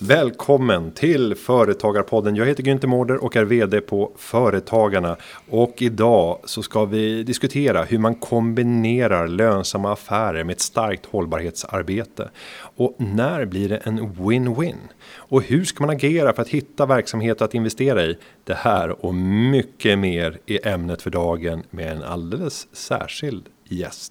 Välkommen till Företagarpodden. Jag heter Günther Mårder och är vd på Företagarna. Och idag så ska vi diskutera hur man kombinerar lönsamma affärer med ett starkt hållbarhetsarbete. Och när blir det en win-win? Och hur ska man agera för att hitta verksamhet att investera i? Det här och mycket mer är ämnet för dagen med en alldeles särskild gäst.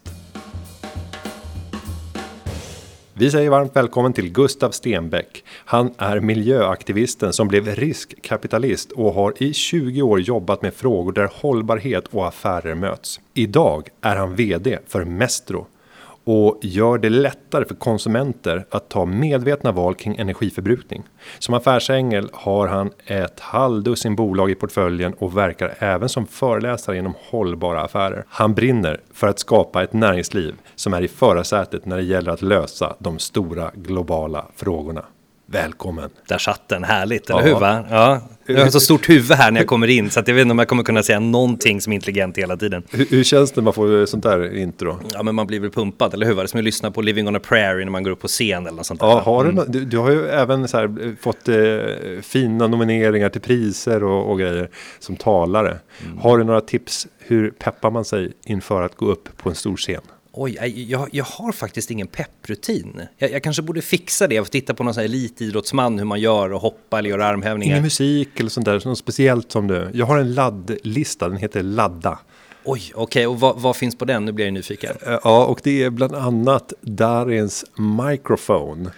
Vi säger varmt välkommen till Gustav Stenbeck. Han är miljöaktivisten som blev riskkapitalist och har i 20 år jobbat med frågor där hållbarhet och affärer möts. Idag är han vd för Mestro och gör det lättare för konsumenter att ta medvetna val kring energiförbrukning. Som affärsängel har han ett halvdussin bolag i portföljen och verkar även som föreläsare inom hållbara affärer. Han brinner för att skapa ett näringsliv som är i förarsätet när det gäller att lösa de stora globala frågorna. Välkommen. Där satt den, härligt, eller hur va? Ja. Jag har så stort huvud här när jag kommer in så att jag vet inte om jag kommer kunna säga någonting som är intelligent hela tiden. Hur känns det när man får sånt där intro? Ja, men man blir väl pumpad, eller hur? Det är som att lyssna på Living on a Prairie när man går upp på scen eller något sånt där. Ja, har du har ju även så här fått fina nomineringar till priser och grejer som talare. Har du några tips hur peppar man sig inför att gå upp på en stor scen? Oj, jag har faktiskt ingen pepprutin. Jag kanske borde fixa det och titta på någon sån här elitidrottsman hur man gör och hoppa eller gör armhävningar. Ingen musik eller sånt där, något speciellt som du. Jag har en laddlista, den heter Ladda. Oj, okej. Och vad finns på den? Nu blir jag nyfiken. Ja, och det är bland annat Darins Microphone.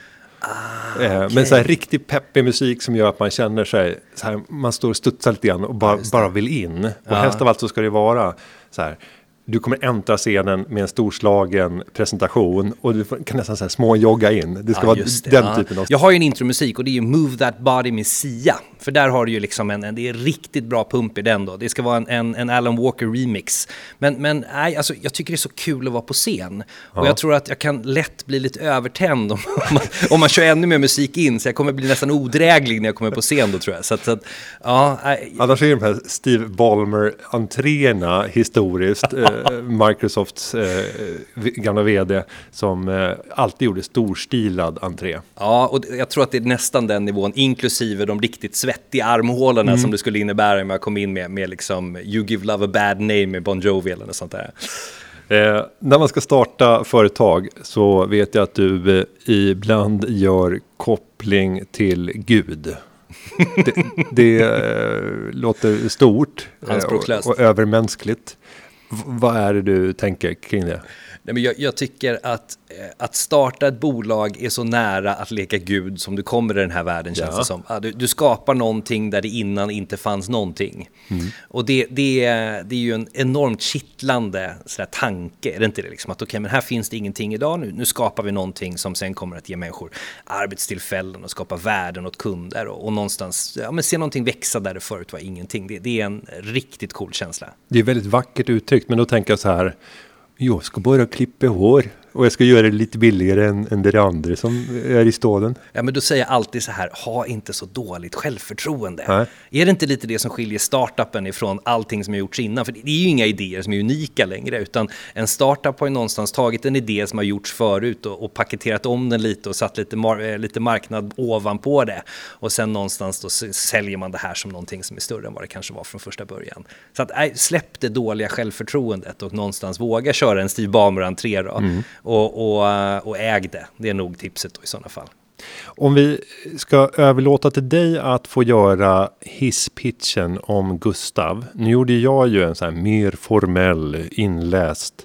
Okay. Men så här riktigt peppig musik som gör att man känner sig så här, man står och studsar lite grann och bara vill in. Och helst av allt så ska det vara så här. Du kommer äntra scenen med en storslagen presentation och du kan nästan så här småjogga in. Det ska vara den typen av... Jag har ju en intromusik och det är ju Move That Body med Sia. För där har du ju liksom det är riktigt bra pump i den då. Det ska vara en Alan Walker remix. Men nej, alltså, jag tycker det är så kul att vara på scen. Och jag tror att jag kan lätt bli lite övertänd om man kör ännu mer musik in. Så jag kommer bli nästan odräglig när jag kommer på scen då tror jag. Så att ja. Annars är de här Steve Ballmer-entréerna historiskt... Microsofts gamla vd som alltid gjorde storstilad entré. Ja, och jag tror att det är nästan den nivån, inklusive de riktigt svettiga armhålorna som det skulle innebära om jag kom in med liksom You Give Love a Bad Name med Bon Jovi eller något sånt där. När man ska starta företag så vet jag att du ibland gör koppling till Gud. Det låter stort och övermänskligt. Vad är det du tänker kring det? Nej, men jag tycker att starta ett bolag är så nära att leka Gud som du kommer i den här världen känns det som. Du skapar någonting där det innan inte fanns någonting. Och det är ju en enormt kittlande sådär tanke, är det inte det? Liksom att okej, men här finns det ingenting idag, nu skapar vi någonting som sen kommer att ge människor arbetstillfällen och skapa värden åt kunder och någonstans se någonting växa där det förut var ingenting. Det är en riktigt cool känsla. Det är väldigt vackert uttryckt, men då tänker jag så här: jag ska bara klippa hår och jag ska göra det lite billigare än det andra som är i staden. Ja, men då säger jag alltid så här: ha inte så dåligt självförtroende. Nej. Är det inte lite det som skiljer startupen ifrån allting som har gjorts innan? För det är ju inga idéer som är unika längre, utan en startup har ju någonstans tagit en idé som har gjorts förut och paketerat om den lite och satt lite marknad ovanpå det. Och sen någonstans då säljer man det här som någonting som är större än vad det kanske var från första början. Så att släpp det dåliga självförtroendet och någonstans våga köra en Steve Ballmer-entré då. Och äg det. Det är nog tipset då i sådana fall. Om vi ska överlåta till dig att få göra hisspitchen om Gustav. Nu gjorde jag ju en så här mer formell, inläst.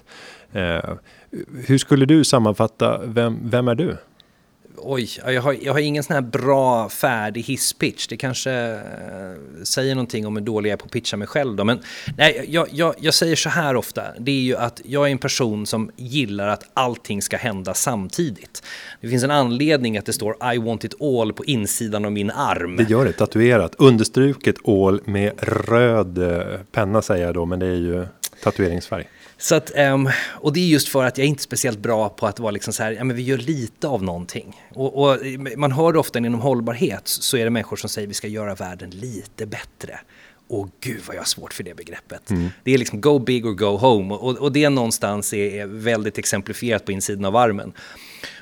Hur skulle du sammanfatta, vem är du? Oj, jag har ingen sån här bra färdig hisspitch. Det kanske säger någonting om hur dålig jag är på att pitcha mig själv då. Men nej, jag säger så här ofta. Det är ju att jag är en person som gillar att allting ska hända samtidigt. Det finns en anledning att det står I want it all på insidan av min arm. Det gör det, tatuerat. Understruket all med röd penna säger jag då, men det är ju tatueringsfärg. Så att, och det är just för att jag är inte speciellt bra på att vara liksom så här, ja men vi gör lite av någonting. Och man hör ofta inom hållbarhet så är det människor som säger vi ska göra världen lite bättre. Och gud vad jag har svårt för det begreppet. Det är liksom go big or go home. Och det någonstans är väldigt exemplifierat på insidan av armen.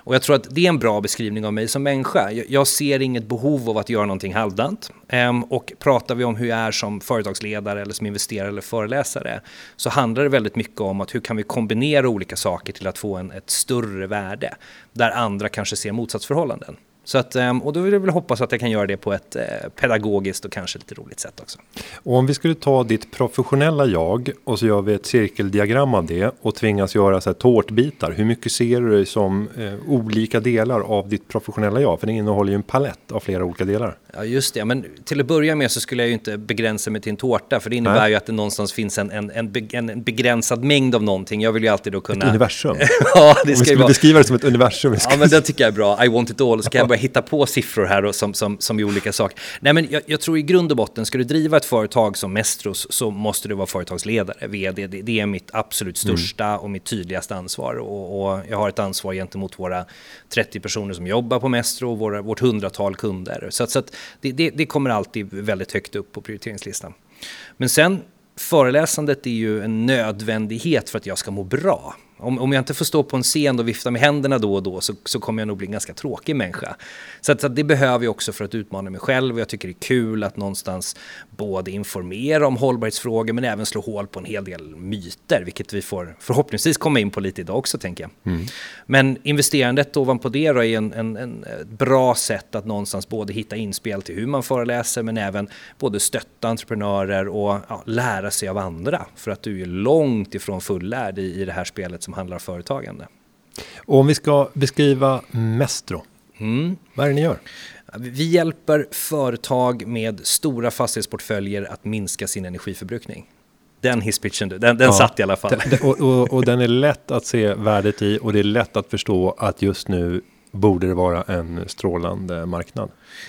Och jag tror att det är en bra beskrivning av mig som människa. Jag ser inget behov av att göra någonting halvdant. Och pratar vi om hur jag är som företagsledare eller som investerare eller föreläsare, så handlar det väldigt mycket om att hur kan vi kombinera olika saker till att få ett större värde där andra kanske ser motsatsförhållanden. Så att, och då vill jag väl hoppas att jag kan göra det på ett pedagogiskt och kanske lite roligt sätt också. Och om vi skulle ta ditt professionella jag och så gör vi ett cirkeldiagram av det och tvingas göra så här tårtbitar. Hur mycket ser du dig som olika delar av ditt professionella jag? För det innehåller ju en palett av flera olika delar. Ja, just det. Men till att börja med så skulle jag ju inte begränsa mig till en tårta. För det innebär ju att det någonstans finns en begränsad mängd av någonting. Jag vill ju alltid då kunna... Ett universum. Ja, det om vi ska skulle vara... beskriva det som ett universum. Ja, men det tycker jag är bra. I want it all. Så kan jag börja hitta på siffror här och som är olika saker. Nej, men jag tror i grund och botten, ska du driva ett företag som Mestros så måste du vara företagsledare, vd. Det är mitt absolut största och mitt tydligaste ansvar. Och jag har ett ansvar gentemot våra 30 personer som jobbar på Mestro och vårt 100-tal kunder. Så att det kommer alltid väldigt högt upp på prioriteringslistan. Men sen, föreläsandet är ju en nödvändighet för att jag ska må bra. Om jag inte får stå på en scen och vifta med händerna då och då så kommer jag nog bli en ganska tråkig människa. Så att det behöver jag också för att utmana mig själv. Och jag tycker det är kul att någonstans både informera om hållbarhetsfrågor men även slå hål på en hel del myter. Vilket vi får förhoppningsvis komma in på lite idag också, tänker jag. Men investerandet ovanpå det då är en bra sätt att någonstans både hitta inspel till hur man föreläser men även både stötta entreprenörer och lära sig av andra. För att du är långt ifrån fullärd i det här spelet som handlar om företagande. Och om vi ska beskriva Mestro, vad är det ni gör? Vi hjälper företag med stora fastighetsportföljer att minska sin energiförbrukning. Den hisspitchen, den satt i alla fall. Och den är lätt att se värdet i och det är lätt att förstå att just nu borde det vara en strålande marknad.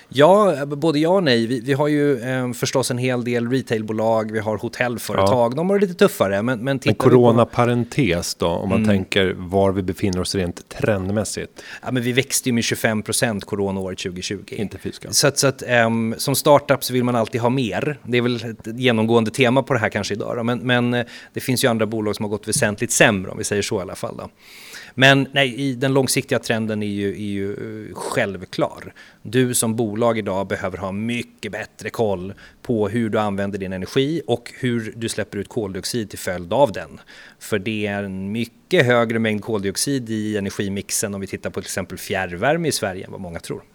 Ja, både ja och nej. Vi har ju förstås en hel del retailbolag, vi har hotellföretag, de har det lite tuffare. Men en coronaparentes då, om man tänker var vi befinner oss rent trendmässigt. Ja, men vi växte ju med 25% coronaåret 2020. Inte fiskal. Så att som startup så vill man alltid ha mer. Det är väl ett genomgående tema på det här kanske idag. Då. Men det finns ju andra bolag som har gått väsentligt sämre, om vi säger så i alla fall. Då. Men nej, den långsiktiga trenden är ju självklar. Du som bolag idag behöver ha mycket bättre koll på hur du använder din energi och hur du släpper ut koldioxid till följd av den. För det är en mycket högre mängd koldioxid i energimixen om vi tittar på till exempel fjärrvärme i Sverige än vad många tror.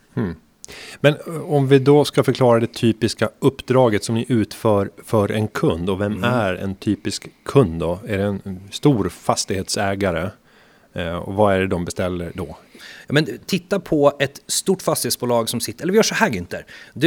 Men om vi då ska förklara det typiska uppdraget som ni utför för en kund, och vem är en typisk kund då? Är det en stor fastighetsägare? Och vad är det de beställer då? Ja, men titta på ett stort fastighetsbolag som sitter, eller vi gör så här Günther.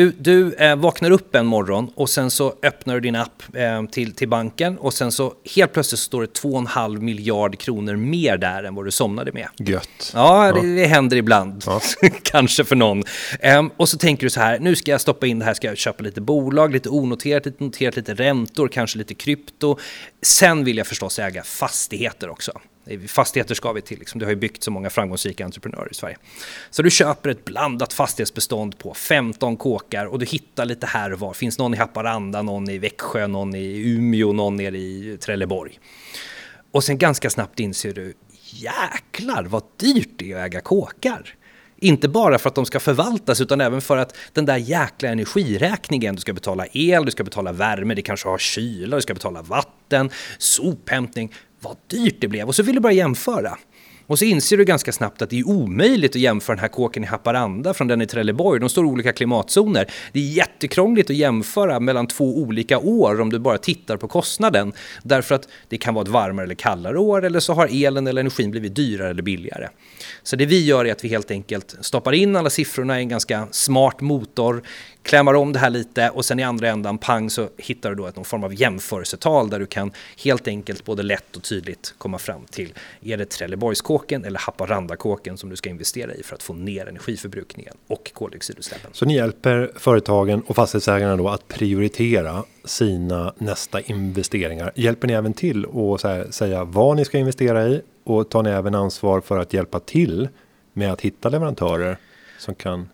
Du vaknar upp en morgon och sen så öppnar du din app till banken och sen så helt plötsligt står det 2,5 miljard kronor mer där än vad du somnade med. Gött. Ja, det händer ibland. Ja. Kanske för någon. Och så tänker du så här, nu ska jag stoppa in det här, ska jag köpa lite bolag, lite onoterat, lite räntor, kanske lite krypto. Sen vill jag förstås äga fastigheter också. Fastigheter ska vi till, liksom. Det har ju byggt så många framgångsrika entreprenörer i Sverige. Så du köper ett blandat fastighetsbestånd på 15 kåkar och du hittar lite här och var. Finns någon i Haparanda, någon i Växjö, någon i Umeå, någon nere i Trelleborg. Och sen ganska snabbt inser du, jäklar vad dyrt det är att äga kåkar. Inte bara för att de ska förvaltas utan även för att den där jäkla energiräkningen, du ska betala el, du ska betala värme, det kanske har kyla, du ska betala vatten, sophämtning. Vad dyrt det blev. Och så vill du bara jämföra. Och så inser du ganska snabbt att det är omöjligt att jämföra den här kåken i Haparanda från den i Trelleborg. De står i olika klimatzoner. Det är jättekrångligt att jämföra mellan 2 olika år om du bara tittar på kostnaden. Därför att det kan vara ett varmare eller kallare år eller så har elen eller energin blivit dyrare eller billigare. Så det vi gör är att vi helt enkelt stoppar in alla siffrorna i en ganska smart motor, klämmar om det här lite och sen i andra ändan, pang, så hittar du då någon form av jämförelsetal där du kan helt enkelt både lätt och tydligt komma fram till, är det Trelleborgskåken eller Haparandakåken som du ska investera i för att få ner energiförbrukningen och koldioxidutsläppen. Så ni hjälper företagen och fastighetsägarna då att prioritera sina nästa investeringar. Hjälper ni även till att säga vad ni ska investera i och tar ni även ansvar för att hjälpa till med att hitta leverantörer som kan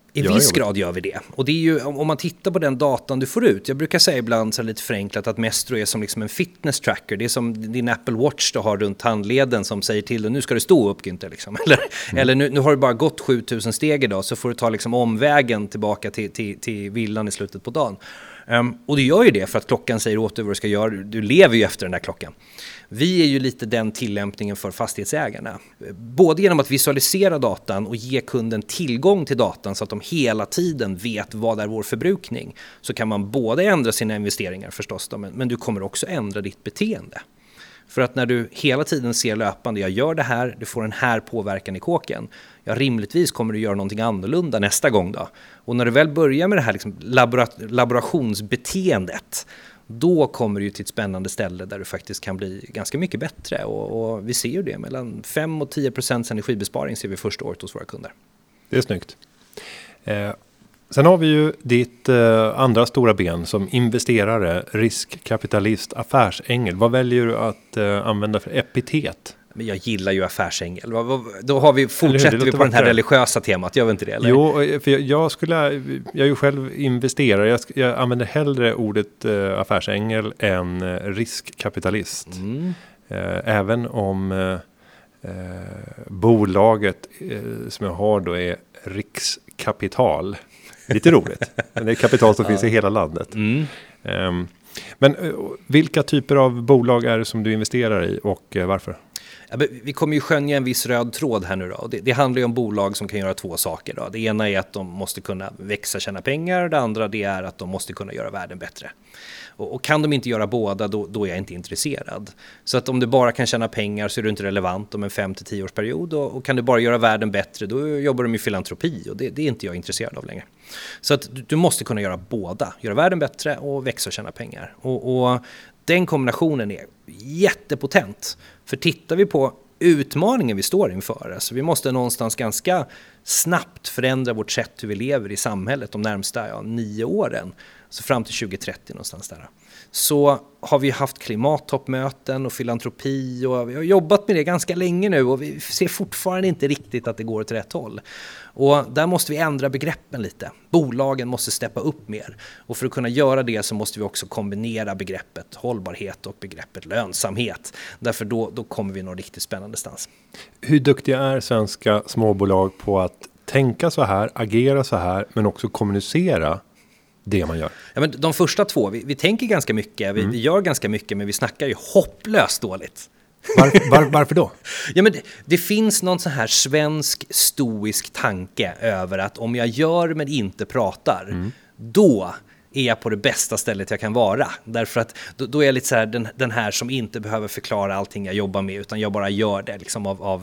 I viss grad gör vi det. Och det är ju, om man tittar på den datan du får ut. Jag brukar säga ibland så lite förenklat att Mestro är som liksom en fitness tracker. Det är som din Apple Watch du har runt handleden som säger till dig, nu ska du stå upp Günther. Liksom. Eller nu har du bara gått 7000 steg idag, så får du ta liksom omvägen tillbaka till villan i slutet på dagen. Och du gör ju det för att klockan säger åt dig vad du ska göra. Du lever ju efter den där klockan. Vi är ju lite den tillämpningen för fastighetsägarna. Både genom att visualisera datan och ge kunden tillgång till datan så att de hela tiden vet vad är vår förbrukning. Så kan man både ändra sina investeringar förstås då, men du kommer också ändra ditt beteende. För att när du hela tiden ser löpande, jag gör det här, du får den här påverkan i kåken. Ja, rimligtvis kommer du göra någonting annorlunda nästa gång då. Och när du väl börjar med det här liksom laborationsbeteendet, då kommer du till ett spännande ställe där du faktiskt kan bli ganska mycket bättre. Och vi ser ju det, mellan 5 och 10% energibesparing ser vi första året hos våra kunder. Det är snyggt. Sen har vi ju ditt andra stora ben som investerare, riskkapitalist, affärsängel. Vad väljer du att använda för epitet? Men jag gillar ju affärsängel. Då har fortsätter vi på den här religiösa temat, gör vi inte det? Eller? Jo, för jag är ju själv investerare. Jag använder hellre ordet affärsängel än riskkapitalist. Även om bolaget som jag har då är Rikskapital. Lite roligt. Men det är kapital som finns i hela landet. Men vilka typer av bolag är det som du investerar i och varför? Ja, vi kommer ju skönja en viss röd tråd här nu då. Det handlar ju om bolag som kan göra två saker då. Det ena är att de måste kunna växa, tjäna pengar. Det andra det är att de måste kunna göra världen bättre. Och kan de inte göra båda, då är jag inte intresserad. Så att om du bara kan tjäna pengar så är du inte relevant om en 5-10 års period. Och kan du bara göra världen bättre, då jobbar du med filantropi. Och det är inte jag intresserad av längre. Så att du måste kunna göra båda. Göra världen bättre och växa och tjäna pengar. Och den kombinationen är jättepotent. För tittar vi på utmaningen vi står inför, alltså vi måste någonstans ganska snabbt förändra vårt sätt hur vi lever i samhället de närmsta 9 åren. Så fram till 2030 någonstans där. Så har vi haft klimattoppmöten och filantropi och vi har jobbat med det ganska länge nu och vi ser fortfarande inte riktigt att det går åt rätt håll. Och där måste vi ändra begreppen lite. Bolagen måste steppa upp mer. Och för att kunna göra det så måste vi också kombinera begreppet hållbarhet och begreppet lönsamhet. Därför då kommer vi nå riktigt spännande stans. Hur duktiga är svenska småbolag på att tänka så här, agera så här, men också kommunicera det man gör? Ja, men de första två, vi tänker ganska mycket, vi gör ganska mycket, men vi snackar ju hopplöst dåligt. Varför då? Ja, men det finns någon sån här svensk stoisk tanke över att om jag gör men inte pratar, då är jag på det bästa stället jag kan vara. Därför att då är jag lite så här den här som inte behöver förklara allting jag jobbar med, utan jag bara gör det liksom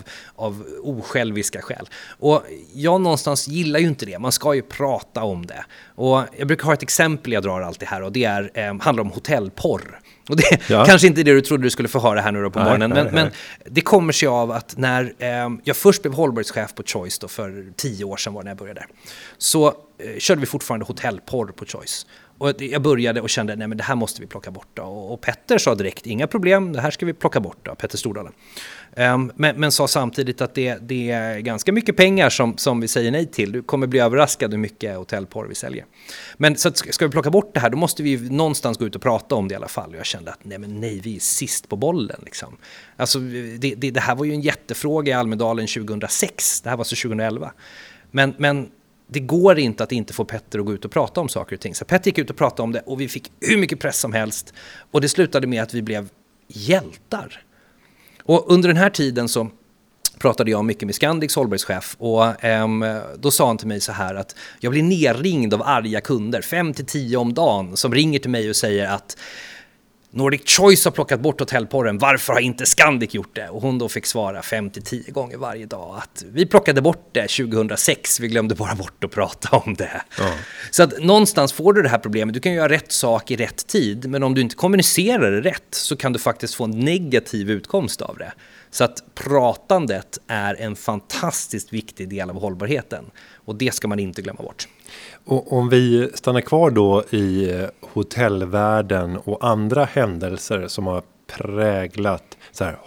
av osjälviska skäl. Och jag någonstans gillar ju inte det. Man ska ju prata om det. Och jag brukar ha ett exempel jag drar alltid här och det handlar om hotellporr. Och det kanske inte är det du trodde du skulle få höra här nu då på morgonen. Men det kommer sig av att när jag först blev hållbarhetschef på Choice då, för 10 år sedan var när jag började. Så körde vi fortfarande hotellporr på Choice. Och jag började och kände, nej men det här måste vi plocka bort då. Och Petter sa direkt, inga problem, det här ska vi plocka bort då, Petter Stordalen. Men sa samtidigt att det är ganska mycket pengar som vi säger nej till. Du kommer bli överraskad hur mycket hotellporr vi säljer. Men så att ska vi plocka bort det här, då måste vi någonstans gå ut och prata om det i alla fall. Och jag kände att nej, vi är sist på bollen liksom. Alltså det här var ju en jättefråga i Almedalen 2006. Det här var så 2011. Men det går inte att inte få Petter att gå ut och prata om saker och ting. Så Petter gick ut och pratade om det och vi fick hur mycket press som helst. Och det slutade med att vi blev hjältar. Och under den här tiden så pratade jag mycket med Scandics hållbarhetschef och då sa han till mig så här att jag blir nerringd av arga kunder, 5-10 om dagen, som ringer till mig och säger att Nordic Choice har plockat bort hotellporren, varför har inte Scandic gjort det? Och hon då fick svara 5-10 gånger varje dag att vi plockade bort det 2006, vi glömde bara bort att prata om det. Ja. Så att någonstans får du det här problemet, du kan göra rätt sak i rätt tid, men om du inte kommunicerar det rätt så kan du faktiskt få en negativ utkomst av det. Så att pratandet är en fantastiskt viktig del av hållbarheten och det ska man inte glömma bort. Och om vi stannar kvar då i hotellvärlden och andra händelser som har präglat så här,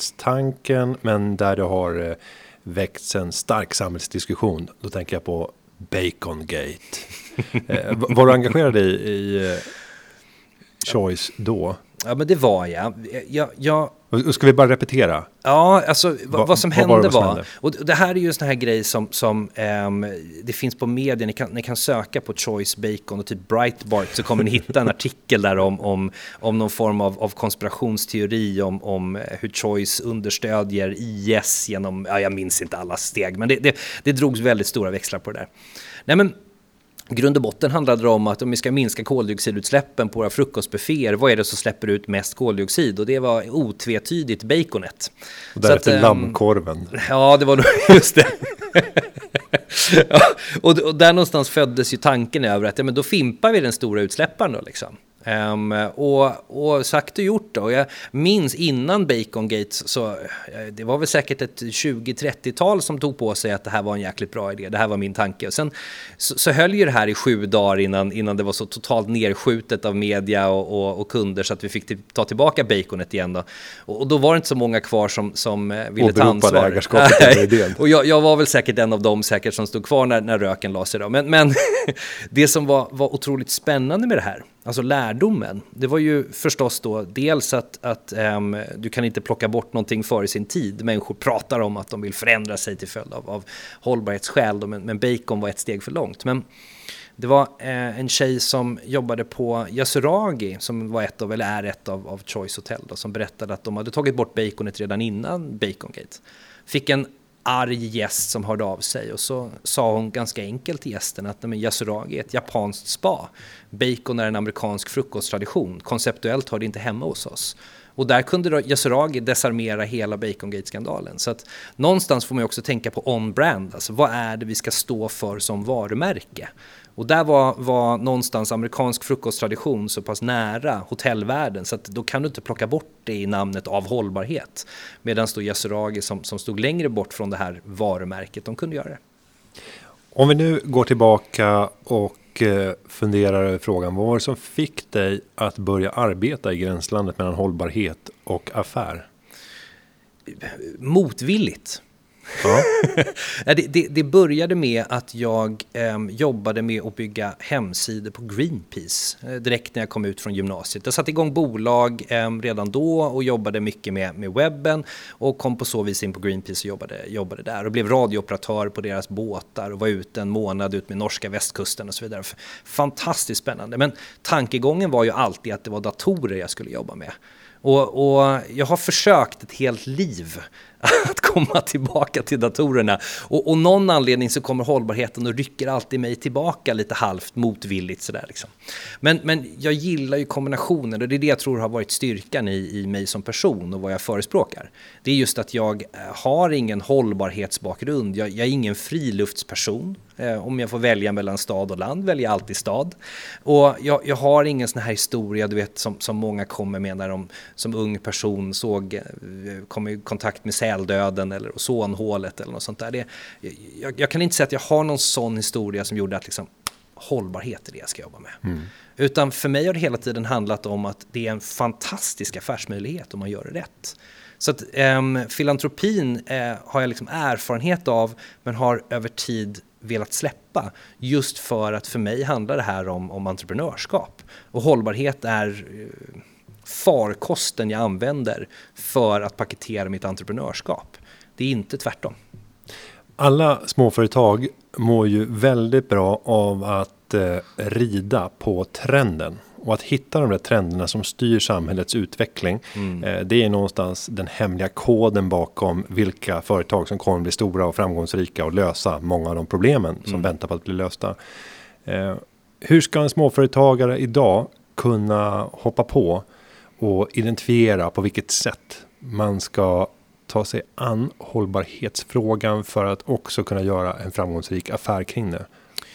hållbarhetstanken, men där det har väckts en stark samhällsdiskussion. Då tänker jag på Bacongate. Var du engagerad i Choice då? Ja, men det var jag. Ska vi bara repetera? Ja, alltså vad som hände var, och det här är ju en sån här grej som det finns på media, ni kan söka på Choice Bacon och typ Breitbart, så kommer ni hitta en artikel där om någon form av konspirationsteori om hur Choice understödjer IS genom, jag minns inte alla steg, men det drogs väldigt stora växlar på det där. Nej, men grund och botten handlade det om att om vi ska minska koldioxidutsläppen på våra frukostbufféer, vad är det som släpper ut mest koldioxid? Och det var otvetydigt baconet. Och därefter lammkorven. Ja, det var nog just det. Ja, och där någonstans föddes ju tanken över att men då fimpar vi den stora utsläpparen då liksom. Och sagt och gjort då. Och jag minns innan Bacongate, så det var väl säkert ett 20-30-tal som tog på sig att det här var en jäkligt bra idé. Det här var min tanke. Och sen så höll ju det här i 7 dagar innan det var så totalt nerskjutet av media och kunder, så att vi fick ta tillbaka baconet igen då. Och då var det inte så många kvar som ville ta ansvar. Ägarskapet idén. Och jag var väl säkert en av dem säkert som stod kvar när röken la sig då. Men det som var otroligt spännande med det här, alltså lärdomen, det var ju förstås då dels att du kan inte plocka bort någonting före sin tid. Människor pratar om att de vill förändra sig till följd av hållbarhetsskäl, men bacon var ett steg för långt. Men det var en tjej som jobbade på Yasuragi, som var ett av Choice Hotel då, som berättade att de hade tagit bort baconet redan innan Bacongate. Fick en arg gäst som hörde av sig, och så sa hon ganska enkelt till gästen att Yasuragi är ett japanskt spa. Bacon är en amerikansk frukosttradition. Konceptuellt har det inte hemma hos oss. Och där kunde då Yasuragi desarmera hela Bacongate-skandalen. Så att någonstans får man ju också tänka på on-brand. Alltså vad är det vi ska stå för som varumärke? Och där var någonstans amerikansk frukosttradition så pass nära hotellvärlden, så att då kan du inte plocka bort det i namnet av hållbarhet. Medan då Yasuragi som stod längre bort från det här varumärket, de kunde göra det. Om vi nu går tillbaka och funderar över frågan, vad var det som fick dig att börja arbeta i gränslandet mellan hållbarhet och affär? Motvilligt. Ja. Det började med att jag jobbade med att bygga hemsidor på Greenpeace direkt när jag kom ut från gymnasiet. Jag satte igång bolag redan då och jobbade mycket med webben, och kom på så vis in på Greenpeace och jobbade där och blev radiooperatör på deras båtar och var ute en månad ut med norska västkusten och så vidare. Fantastiskt spännande, men tankegången var ju alltid att det var datorer jag skulle jobba med. Och jag har försökt ett helt liv att komma tillbaka till datorerna. Och någon anledning så kommer hållbarheten och rycker alltid mig tillbaka lite halvt motvilligt sådär liksom. Men jag gillar ju kombinationen, och det är det jag tror har varit styrkan i mig som person och vad jag förespråkar. Det är just att jag har ingen hållbarhetsbakgrund. Jag är ingen friluftsperson. Om jag får välja mellan stad och land väljer jag alltid stad. Och jag har ingen sån här historia, du vet, som många kommer med när de som ung person kom i kontakt med säldöden eller ozonhålet eller något sånt där. Jag kan inte säga att jag har någon sån historia som gjorde att liksom, hållbarhet är det jag ska jobba med. Mm. Utan för mig har det hela tiden handlat om att det är en fantastisk affärsmöjlighet om man gör det rätt. Så att filantropin har jag liksom erfarenhet av, men har över tid velat släppa, just för att för mig handlar det här om entreprenörskap. Och hållbarhet är farkosten jag använder för att paketera mitt entreprenörskap. Det är inte tvärtom. Alla småföretag mår ju väldigt bra av att rida på trenden. Och att hitta de där trenderna som styr samhällets utveckling. Det är någonstans den hemliga koden bakom vilka företag som kommer bli stora och framgångsrika och lösa många av de problemen som väntar på att bli lösta. Hur ska en småföretagare idag kunna hoppa på och identifiera på vilket sätt man ska ta sig an hållbarhetsfrågan för att också kunna göra en framgångsrik affär kring det?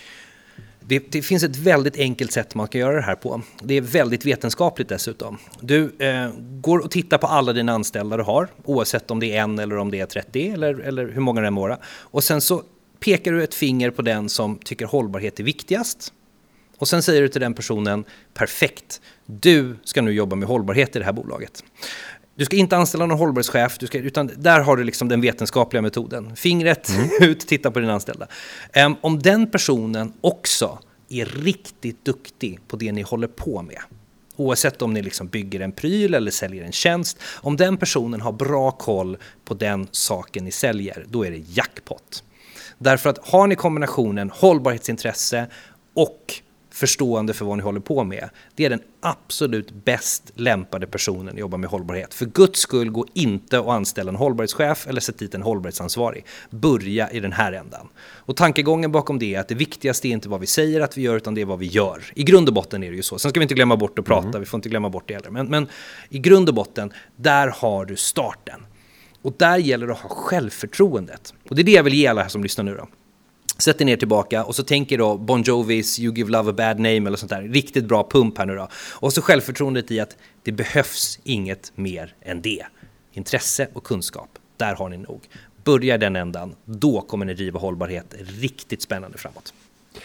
Det finns ett väldigt enkelt sätt man kan göra det här på. Det är väldigt vetenskapligt dessutom. Du går och tittar på alla dina anställda du har, oavsett om det är 1 eller om det är 30 eller hur många det än vara. Och sen så pekar du ett finger på den som tycker hållbarhet är viktigast. Och sen säger du till den personen, perfekt, du ska nu jobba med hållbarhet i det här bolaget. Du ska inte anställa någon hållbarhetschef, utan där har du liksom den vetenskapliga metoden. Fingret ut, titta på din anställda. Om den personen också är riktigt duktig på det ni håller på med, oavsett om ni liksom bygger en pryl eller säljer en tjänst, om den personen har bra koll på den saken ni säljer, då är det jackpot. Därför att har ni kombinationen hållbarhetsintresse och förstående för vad ni håller på med, det är den absolut bäst lämpade personen att jobba med hållbarhet. För Guds skull, gå inte att anställa en hållbarhetschef eller sätta dit en hållbarhetsansvarig. Börja i den här ändan. Och tankegången bakom det är att det viktigaste är inte vad vi säger att vi gör, utan det är vad vi gör. I grund och botten är det ju så. Sen ska vi inte glömma bort att prata, vi får inte glömma bort det heller. Men i grund och botten, där har du starten. Och där gäller det att ha självförtroendet. Och det är det jag vill ge alla här som lyssnar nu då. Sätt er ner tillbaka och så tänker då Bon Jovis You Give Love a Bad Name eller sånt där. Riktigt bra pump här nu då. Och så självförtroendet i att det behövs inget mer än det. Intresse och kunskap, där har ni nog. Börja den ändan, då kommer ni driva hållbarhet riktigt spännande framåt.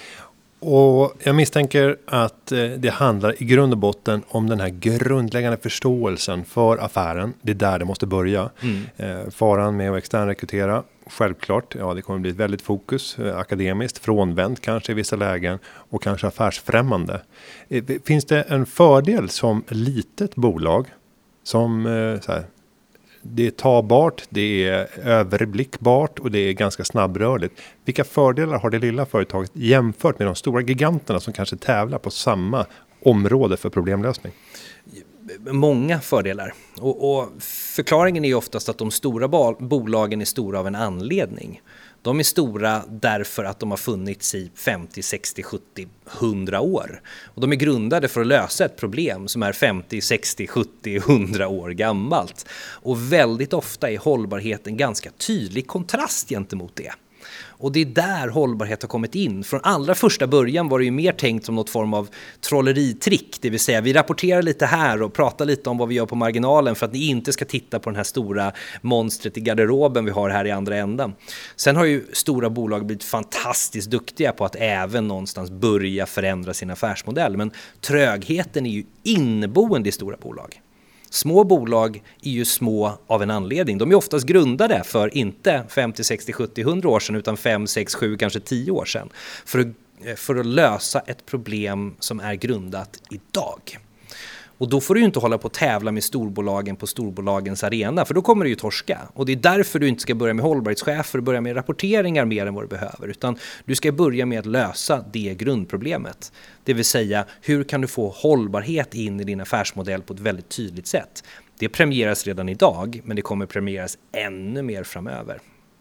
Och jag misstänker att det handlar i grund och botten om den här grundläggande förståelsen för affären. Det är där det måste börja. Faran med att externrekrytera, självklart, ja, det kommer bli ett väldigt fokus akademiskt, frånvänt kanske i vissa lägen och kanske affärsfrämmande. Finns det en fördel som litet bolag som så här, det är tagbart, det är överblickbart och det är ganska snabbrörligt. Vilka fördelar har det lilla företaget jämfört med de stora giganterna som kanske tävlar på samma område för problemlösning? Många fördelar. Och förklaringen är ju oftast att de stora bolagen är stora av en anledning. De är stora därför att de har funnits i 50, 60, 70, 100 år. Och de är grundade för att lösa ett problem som är 50, 60, 70, 100 år gammalt. Och väldigt ofta är hållbarheten ganska tydlig kontrast gentemot det. Och det är där hållbarhet har kommit in. Från allra första början var det ju mer tänkt som något form av trolleritrick. Det vill säga vi rapporterar lite här och pratar lite om vad vi gör på marginalen för att ni inte ska titta på den här stora monstret i garderoben vi har här i andra änden. Sen har ju stora bolag blivit fantastiskt duktiga på att även någonstans börja förändra sin affärsmodell. Men trögheten är ju inneboende i stora bolag. Små bolag är ju små av en anledning. De är oftast grundade för inte 50, 60, 70, 100 år sedan utan 5, 6, 7, kanske 10 år sedan. För att lösa ett problem som är grundat idag. Och då får du ju inte hålla på att tävla med storbolagen på storbolagens arena, för då kommer du ju torska. Och det är därför du inte ska börja med hållbarhetschefer och börja med rapporteringar mer än vad du behöver, utan du ska börja med att lösa det grundproblemet. Det vill säga, hur kan du få hållbarhet in i din affärsmodell på ett väldigt tydligt sätt? Det premieras redan idag, men det kommer premieras ännu mer framöver.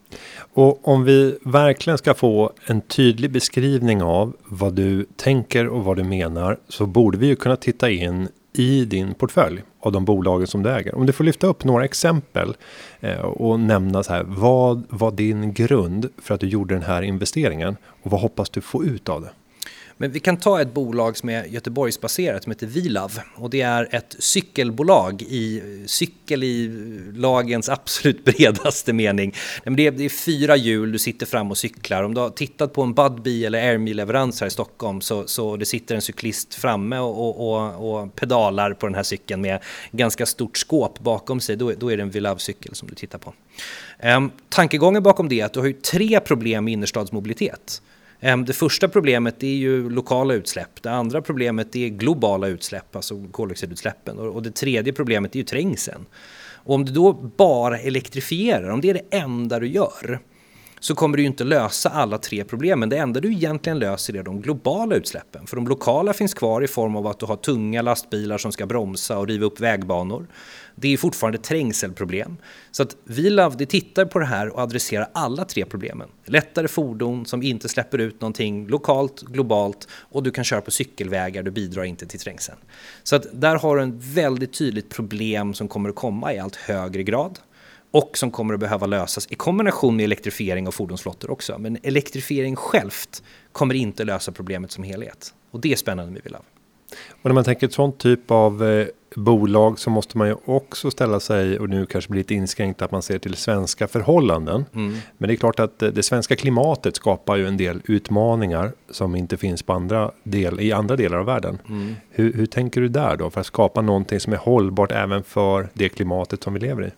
Och om vi verkligen ska få en tydlig beskrivning av vad du tänker och vad du menar, så borde vi ju kunna titta in i din portfölj av de bolagen som du äger. Om du får lyfta upp några exempel och nämna så här, vad var din grund för att du gjorde den här investeringen och vad hoppas du få ut av det? Men vi kan ta ett bolag som är Göteborgsbaserat som heter ViLove, och det är ett cykelbolag cykel i lagens absolut bredaste mening. Det är 4 hjul, du sitter fram och cyklar. Om du har tittat på en Budbee eller Airme-leverans här i Stockholm så det sitter en cyklist framme och pedalar på den här cykeln med ganska stort skåp bakom sig. Då är det en ViLove-cykel som du tittar på. Tankegången bakom det är att du har ju 3 problem med innerstadsmobilitet. Det första problemet är ju lokala utsläpp. Det andra problemet är globala utsläpp, alltså koldioxidutsläppen. Och det tredje problemet är ju trängseln. Och om du då bara elektrifierar, om det är det enda du gör, så kommer du ju inte lösa alla 3 problemen. Det enda du egentligen löser är de globala utsläppen. För de lokala finns kvar i form av att du har tunga lastbilar som ska bromsa och riva upp vägbanor. Det är fortfarande trängselproblem. Så att ViLove, det tittar på det här och adresserar alla 3 problemen. Lättare fordon som inte släpper ut någonting lokalt, globalt, och du kan köra på cykelvägar, du bidrar inte till trängseln. Så att där har du en väldigt tydligt problem som kommer att komma i allt högre grad. Och som kommer att behöva lösas i kombination med elektrifiering av fordonsflottor också. Men elektrifiering självt kommer inte lösa problemet som helhet. Och det är spännande med ViLove. Och när man tänker ett sånt typ av bolag så måste man ju också ställa sig, och nu kanske blir lite inskränkt att man ser till svenska förhållanden. Men det är klart att det svenska klimatet skapar ju en del utmaningar som inte finns på i andra delar av världen. Hur tänker du där då för att skapa någonting som är hållbart även för det klimatet som vi lever i?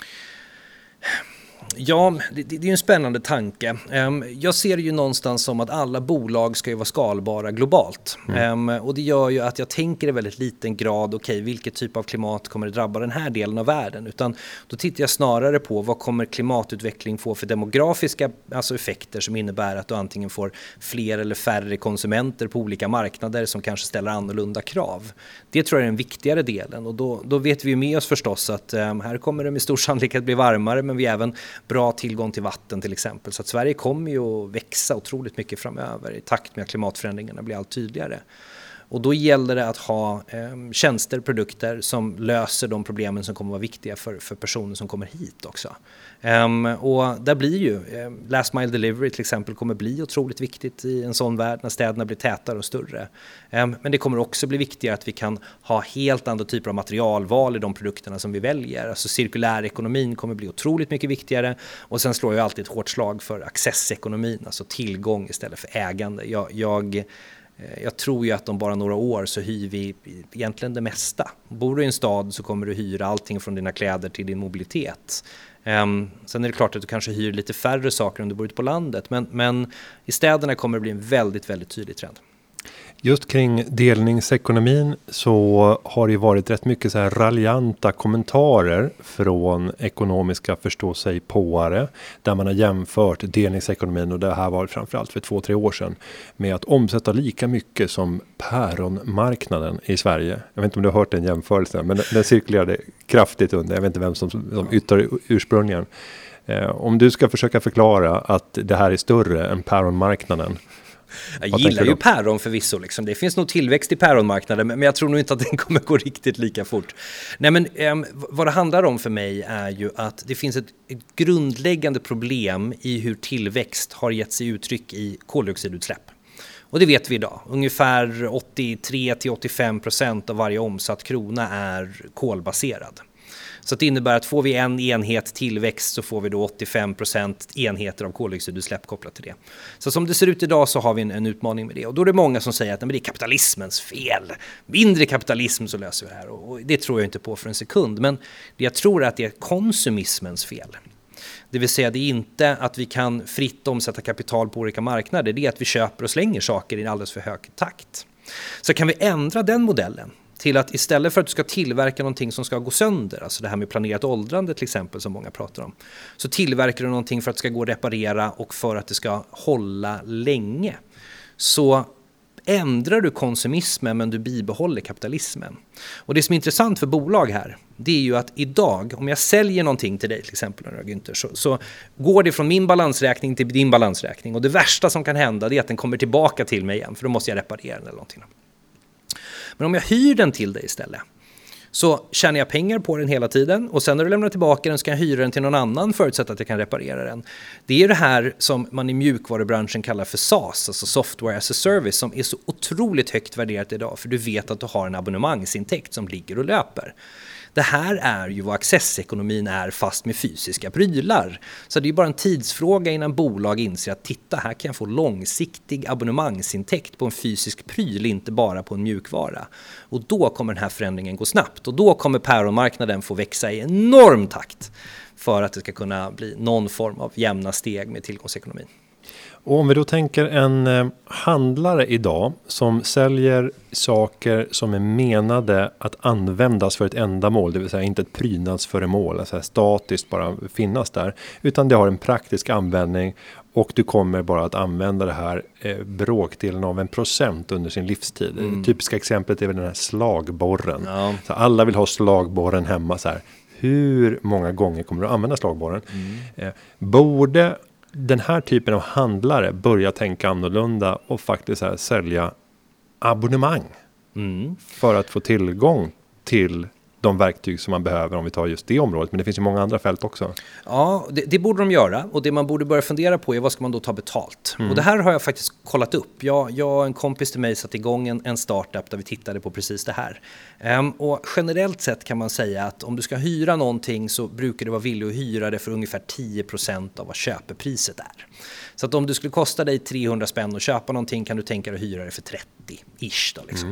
Ja, det är ju en spännande tanke. Jag ser det ju någonstans som att alla bolag ska ju vara skalbara globalt. Och det gör ju att jag tänker i väldigt liten grad, okej, vilket typ av klimat kommer det drabba den här delen av världen? Utan då tittar jag snarare på vad kommer klimatutveckling få för demografiska effekter som innebär att du antingen får fler eller färre konsumenter på olika marknader som kanske ställer annorlunda krav. Det tror jag är den viktigare delen, och då vet vi ju med oss förstås att här kommer det med stor sannolikhet bli varmare, men vi även bra tillgång till vatten till exempel. Så att Sverige kommer ju att växa otroligt mycket framöver i takt med att klimatförändringarna blir allt tydligare. Och då gäller det att ha tjänster, produkter som löser de problemen som kommer vara viktiga för personer som kommer hit också. Och där blir ju last mile delivery till exempel kommer bli otroligt viktigt i en sån värld när städerna blir tätare och större. Men det kommer också bli viktigare att vi kan ha helt andra typer av materialval i de produkterna som vi väljer. Alltså cirkulärekonomin kommer bli otroligt mycket viktigare, och sen slår jag alltid ett hårt slag för accessekonomin, alltså tillgång istället för ägande. Jag tror ju att om bara några år så hyr vi egentligen det mesta. Bor du i en stad så kommer du hyra allting från dina kläder till din mobilitet. Sen är det klart att du kanske hyr lite färre saker om du bor ute på landet. Men i städerna kommer det bli en väldigt, väldigt tydlig trend. Just kring delningsekonomin så har det varit rätt mycket så här raljanta kommentarer från ekonomiska förståsigpåare där man har jämfört delningsekonomin, och det här var framförallt för 2-3 år sedan, med att omsätta lika mycket som päronmarknaden i Sverige. Jag vet inte om du har hört den jämförelsen, men den cirkulerade kraftigt under. Jag vet inte vem som yttrar ursprungligen. Om du ska försöka förklara att det här är större än päronmarknaden. Jag gillar ju päron förvisso. Liksom. Det finns nog tillväxt i päronmarknaden, men jag tror nog inte att den kommer gå riktigt lika fort. Nej, men vad det handlar om för mig är ju att det finns ett grundläggande problem i hur tillväxt har gett sig uttryck i koldioxidutsläpp. Och det vet vi idag. Ungefär 83-85% av varje omsatt krona är kolbaserad. Så det innebär att får vi en enhet tillväxt så får vi då 85% enheter av koldioxidutsläpp kopplat till det. Så som det ser ut idag så har vi en utmaning med det. Och då är det många som säger att men det är kapitalismens fel. Mindre kapitalism så löser vi det här. Och det tror jag inte på för en sekund. Men det jag tror är att det är konsumismens fel. Det vill säga det är inte att vi kan fritt omsätta kapital på olika marknader. Det är att vi köper och slänger saker i en alldeles för hög takt. Så kan vi ändra den modellen till att istället för att du ska tillverka någonting som ska gå sönder, alltså det här med planerat åldrande till exempel som många pratar om, så tillverkar du någonting för att det ska gå att reparera och för att det ska hålla länge. Så ändrar du konsumismen men du bibehåller kapitalismen. Och det som är intressant för bolag här, det är ju att idag, om jag säljer någonting till dig till exempel, Günther, så går det från min balansräkning till din balansräkning, och det värsta som kan hända är att den kommer tillbaka till mig igen, för då måste jag reparera den eller någonting. Men om jag hyr den till dig istället så tjänar jag pengar på den hela tiden, och sen när du lämnar tillbaka den ska jag hyra den till någon annan förutsatt att jag kan reparera den. Det är det här som man i mjukvarubranschen kallar för SaaS, alltså Software as a Service, som är så otroligt högt värderat idag, för du vet att du har en abonnemangsintäkt som ligger och löper. Det här är ju vad accessekonomin är fast med fysiska prylar. Så det är bara en tidsfråga innan bolag inser att titta, här kan jag få långsiktig abonnemangsintäkt på en fysisk pryl, inte bara på en mjukvara. Och då kommer den här förändringen gå snabbt, och då kommer päronmarknaden få växa i enorm takt för att det ska kunna bli någon form av jämna steg med tillgångsekonomin. Och om vi då tänker en handlare idag som säljer saker som är menade att användas för ett ändamål, det vill säga inte ett prydnadsföremål, alltså statiskt bara finnas där, utan det har en praktisk användning, och du kommer bara att använda det här bråkdelen av 1% under sin livstid. Det typiska exemplet är väl den här slagborren. Ja. Så alla vill ha slagborren hemma så här. Hur många gånger kommer du använda slagborren? Borde den här typen av handlare börja tänka annorlunda och faktiskt sälja abonnemang för att få tillgång till de verktyg som man behöver om vi tar just det området. Men det finns ju många andra fält också. Ja, det borde de göra. Och det man borde börja fundera på är vad ska man då ta betalt? Och det här har jag faktiskt kollat upp. Jag och en kompis till mig satt igång en startup där vi tittade på precis det här. Och generellt sett kan man säga att om du ska hyra någonting så brukar det vara villig att hyra det för ungefär 10% av vad köpepriset är. Så att om du skulle kosta dig 300 spänn att köpa någonting kan du tänka dig att hyra det för 30-ish då liksom.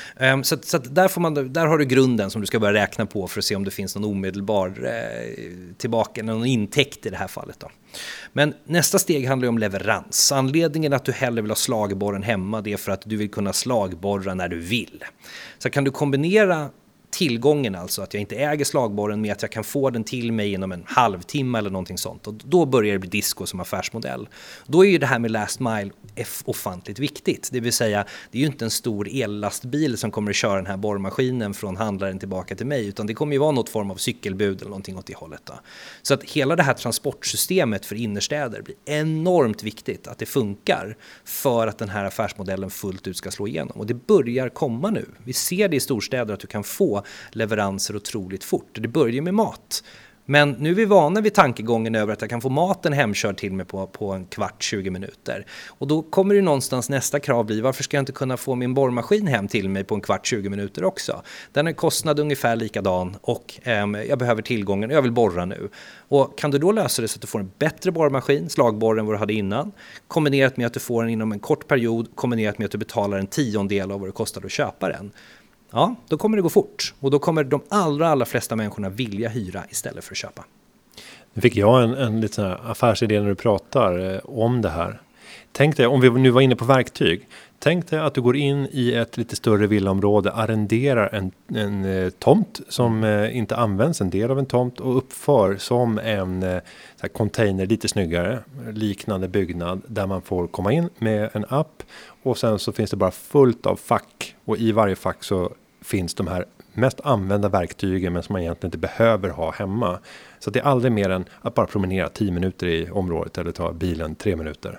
Så att där har du grunden som du ska börja räkna på för att se om det finns någon omedelbar tillbaka, någon intäkt i det här fallet då. Men nästa steg handlar om leverans. Anledningen att du hellre vill ha slagborren hemma det är för att du vill kunna slagborra när du vill. Så kan du kombinera tillgången, alltså att jag inte äger slagborren med att jag kan få den till mig inom en halvtimme eller någonting sånt. Och då börjar det bli Disco som affärsmodell. Då är ju det här med last mile ofantligt viktigt. Det vill säga, det är ju inte en stor ellastbil som kommer att köra den här borrmaskinen från handlaren tillbaka till mig, utan det kommer ju vara något form av cykelbud eller någonting åt det hållet då. Så att hela det här transportsystemet för innerstäder blir enormt viktigt att det funkar för att den här affärsmodellen fullt ut ska slå igenom. Och det börjar komma nu. Vi ser det i storstäder att du kan få leveranser otroligt fort. Det börjar med mat. Men nu är vi vana vid tankegången över att jag kan få maten hemkörd till mig på en kvart, 20 minuter. Och då kommer det någonstans nästa krav bli, varför ska jag inte kunna få min borrmaskin hem till mig på en kvart, 20 minuter också? Den är kostnad ungefär likadan och jag behöver tillgången och jag vill borra nu. Och kan du då lösa det så att du får en bättre borrmaskin, slagborr än vad du hade innan, kombinerat med att du får den inom en kort period, kombinerat med att du betalar en 10% av vad det kostar att köpa den. Ja, då kommer det gå fort. Och då kommer de allra flesta människorna vilja hyra istället för att köpa. Nu fick jag en lite sån här affärsidé när du pratar om det här. Tänk dig, om vi nu var inne på verktyg. Tänk dig att du går in i ett lite större villaområde, arrenderar en tomt som inte används, en del av en tomt, och uppför som en så här container lite snyggare, liknande byggnad där man får komma in med en app och sen så finns det bara fullt av fack, och i varje fack så finns de här mest använda verktygen men som man egentligen inte behöver ha hemma. Så det är aldrig mer än att bara promenera 10 minuter i området eller ta bilen 3 minuter.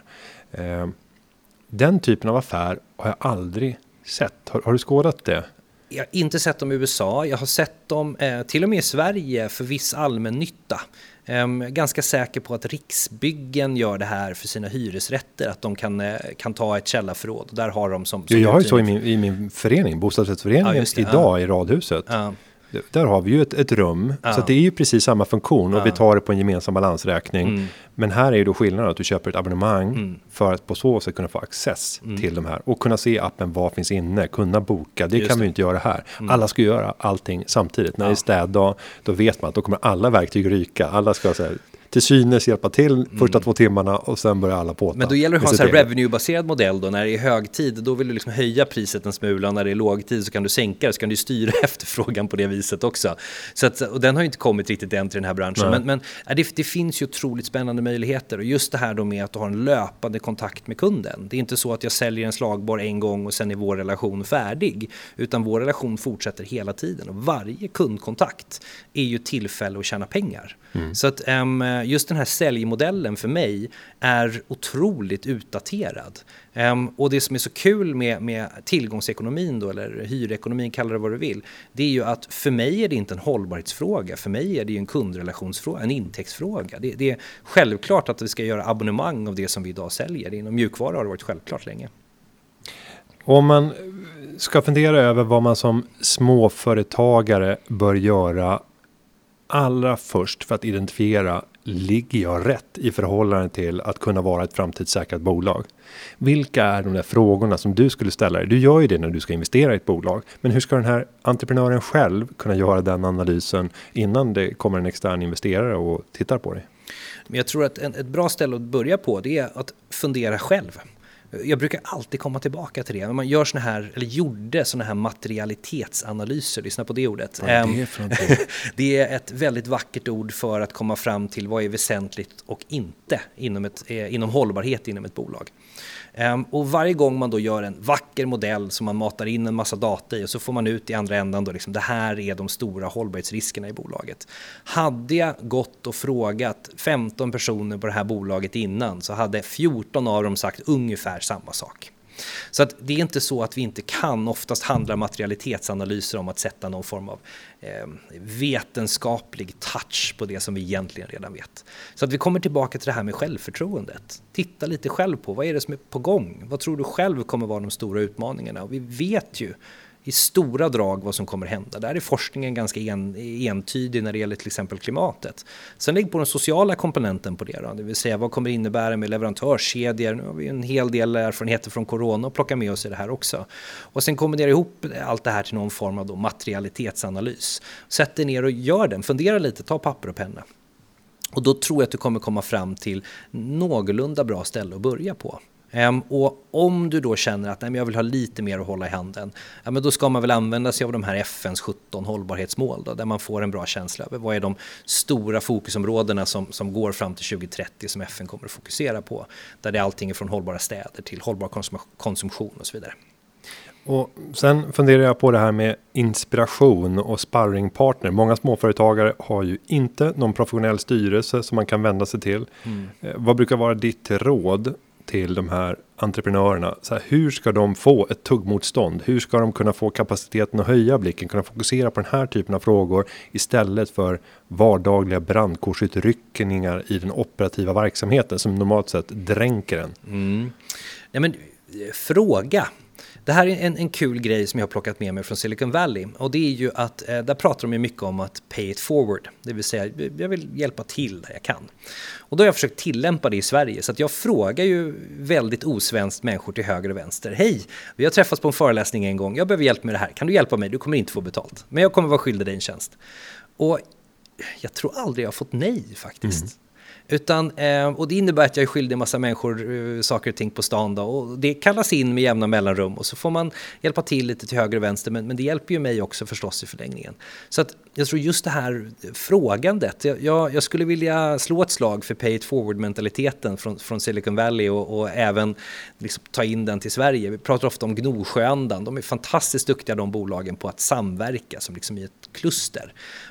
Den typen av affär har jag aldrig sett. Har du skådat det? Jag har inte sett dem i USA. Jag har sett dem till och med i Sverige för viss allmännytta. Ganska säker på att Riksbyggen gör det här för sina hyresrätter. Att de kan ta ett källarförråd. Där har de som jag har ju så i min förening, bostadsrättsföreningen, idag i radhuset. Där har vi ju ett rum. Så att det är ju precis samma funktion och vi tar det på en gemensam balansräkning. Men här är ju då skillnaden att du köper ett abonnemang för att på så sätt kunna få access till de här. Och kunna se i appen vad finns inne, kunna boka. Det kan vi inte göra här. Alla ska göra allting samtidigt. När det är städdag, då vet man att då kommer alla verktyg ryka. Alla ska så här, till synes hjälpa till första 2 timmarna och sen börjar alla påta. Men då gäller det att ha en revenue-baserad modell då. När det är högtid, då vill du liksom höja priset en smula. När det är lågtid så kan du sänka det, så kan du styra efterfrågan på det viset också. Så att, och den har ju inte kommit riktigt än till den här branschen. Men det finns ju otroligt spännande möjligheter. Och just det här då med att du har en löpande kontakt med kunden. Det är inte så att jag säljer en slagborr en gång och sen är vår relation färdig. Utan vår relation fortsätter hela tiden. Och varje kundkontakt är ju tillfälle att tjäna pengar. Så att just den här säljmodellen för mig är otroligt utdaterad. Och det som är så kul med tillgångsekonomin då, eller hyrekonomin, kallar det vad du vill, det är ju att för mig är det inte en hållbarhetsfråga. För mig är det ju en kundrelationsfråga, en intäktsfråga. Det är självklart att vi ska göra abonnemang av det som vi idag säljer. Inom mjukvara har det varit självklart länge. Om man ska fundera över vad man som småföretagare bör göra allra först för att identifiera, ligger jag rätt i förhållande till att kunna vara ett framtidssäkrat bolag? Vilka är de där frågorna som du skulle ställa dig? Du gör ju det när du ska investera i ett bolag. Men hur ska den här entreprenören själv kunna göra den analysen innan det kommer en extern investerare och tittar på det? Men jag tror att ett bra ställe att börja på, det är att fundera själv. Jag brukar alltid komma tillbaka till det. När man gör gjorde såna här materialitetsanalyser, lyssna på det ordet. Det är ett väldigt vackert ord för att komma fram till vad är väsentligt och inte inom hållbarhet inom ett bolag. Och varje gång man då gör en vacker modell som man matar in en massa data i, och så får man ut i andra ändan då liksom, det här är de stora hållbarhetsriskerna i bolaget. Hade jag gått och frågat 15 personer på det här bolaget innan, så hade 14 av dem sagt ungefär samma sak. Så att det är inte så att vi inte kan. Oftast handlar materialitetsanalyser om att sätta någon form av vetenskaplig touch på det som vi egentligen redan vet. Så att vi kommer tillbaka till det här med självförtroendet. Titta lite själv på vad är det som är på gång? Vad tror du själv kommer vara de stora utmaningarna? Och vi vet ju i stora drag vad som kommer hända. Där är forskningen ganska entydig när det gäller till exempel klimatet. Sen lägg på den sociala komponenten på det då, det vill säga vad kommer det innebära med leverantörskedjor. Nu har vi en hel del erfarenheter från corona och plocka med oss i det här också. Och sen kombinera ihop allt det här till någon form av materialitetsanalys. Sätt dig ner och gör den, fundera lite, ta papper och penna. Och då tror jag att du kommer komma fram till någorlunda bra ställe att börja på. Och om du då känner att nej, men jag vill ha lite mer att hålla i handen, ja, men då ska man väl använda sig av de här FNs 17 hållbarhetsmål då, där man får en bra känsla över vad är de stora fokusområdena som går fram till 2030 som FN kommer att fokusera på. Där det är allting från hållbara städer till hållbar konsumtion och så vidare. Och sen funderar jag på det här med inspiration och sparringpartner. Många småföretagare har ju inte någon professionell styrelse som man kan vända sig till. Vad brukar vara ditt råd till de här entreprenörerna? Så här, hur ska de få ett tuggmotstånd? Hur ska de kunna få kapaciteten att höja blicken? Kunna fokusera på den här typen av frågor istället för vardagliga brandkårsutryckningar i den operativa verksamheten som normalt sett dränker en? Nej, men fråga. Det här är en kul grej som jag har plockat med mig från Silicon Valley. Och det är ju att där pratar de ju mycket om att pay it forward. Det vill säga, jag vill hjälpa till där jag kan. Och då har jag försökt tillämpa det i Sverige. Så att jag frågar ju väldigt osvenskt människor till höger och vänster. Hej, vi har träffats på en föreläsning en gång. Jag behöver hjälp med det här. Kan du hjälpa mig? Du kommer inte få betalt. Men jag kommer vara skyldig dig en tjänst. Och jag tror aldrig jag har fått nej faktiskt. Utan, och det innebär att jag är skyldig en massa människor saker och ting på stan då, och det kallas in med jämna mellanrum och så får man hjälpa till lite till höger och vänster, men det hjälper ju mig också förstås i förlängningen. Så att jag tror just det här frågandet, jag skulle vilja slå ett slag för pay it forward-mentaliteten från Silicon Valley och även liksom ta in den till Sverige. Vi pratar ofta om Gnosjöandan, de är fantastiskt duktiga de bolagen på att samverka som liksom i ett kluster.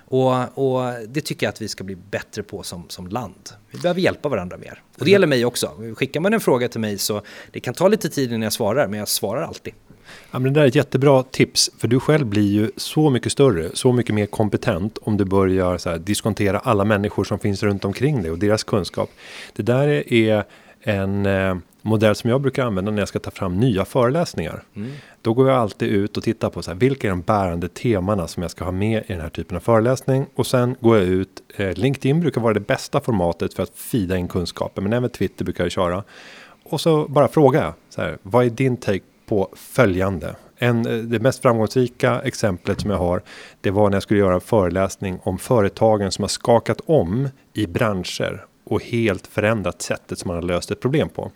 Och det tycker jag att vi ska bli bättre på som land. Vi behöver hjälpa varandra mer. Och det gäller mig också. Skickar man en fråga till mig så det kan ta lite tid innan jag svarar, men jag svarar alltid. Ja, men det där är ett jättebra tips, för du själv blir ju så mycket större, så mycket mer kompetent om du börjar så här, diskontera alla människor som finns runt omkring dig och deras kunskap. Det där är en modell som jag brukar använda när jag ska ta fram nya föreläsningar. Då går jag alltid ut och tittar på så här, vilka är de bärande temana som jag ska ha med i den här typen av föreläsning. Och sen går jag ut, LinkedIn brukar vara det bästa formatet för att fida in kunskapen, men även Twitter brukar jag köra. Och så bara frågar jag, så här, vad är din take på följande? Det mest framgångsrika exemplet som jag har, det var när jag skulle göra en föreläsning om företagen som har skakat om i branscher och helt förändrat sättet som man har löst ett problem på.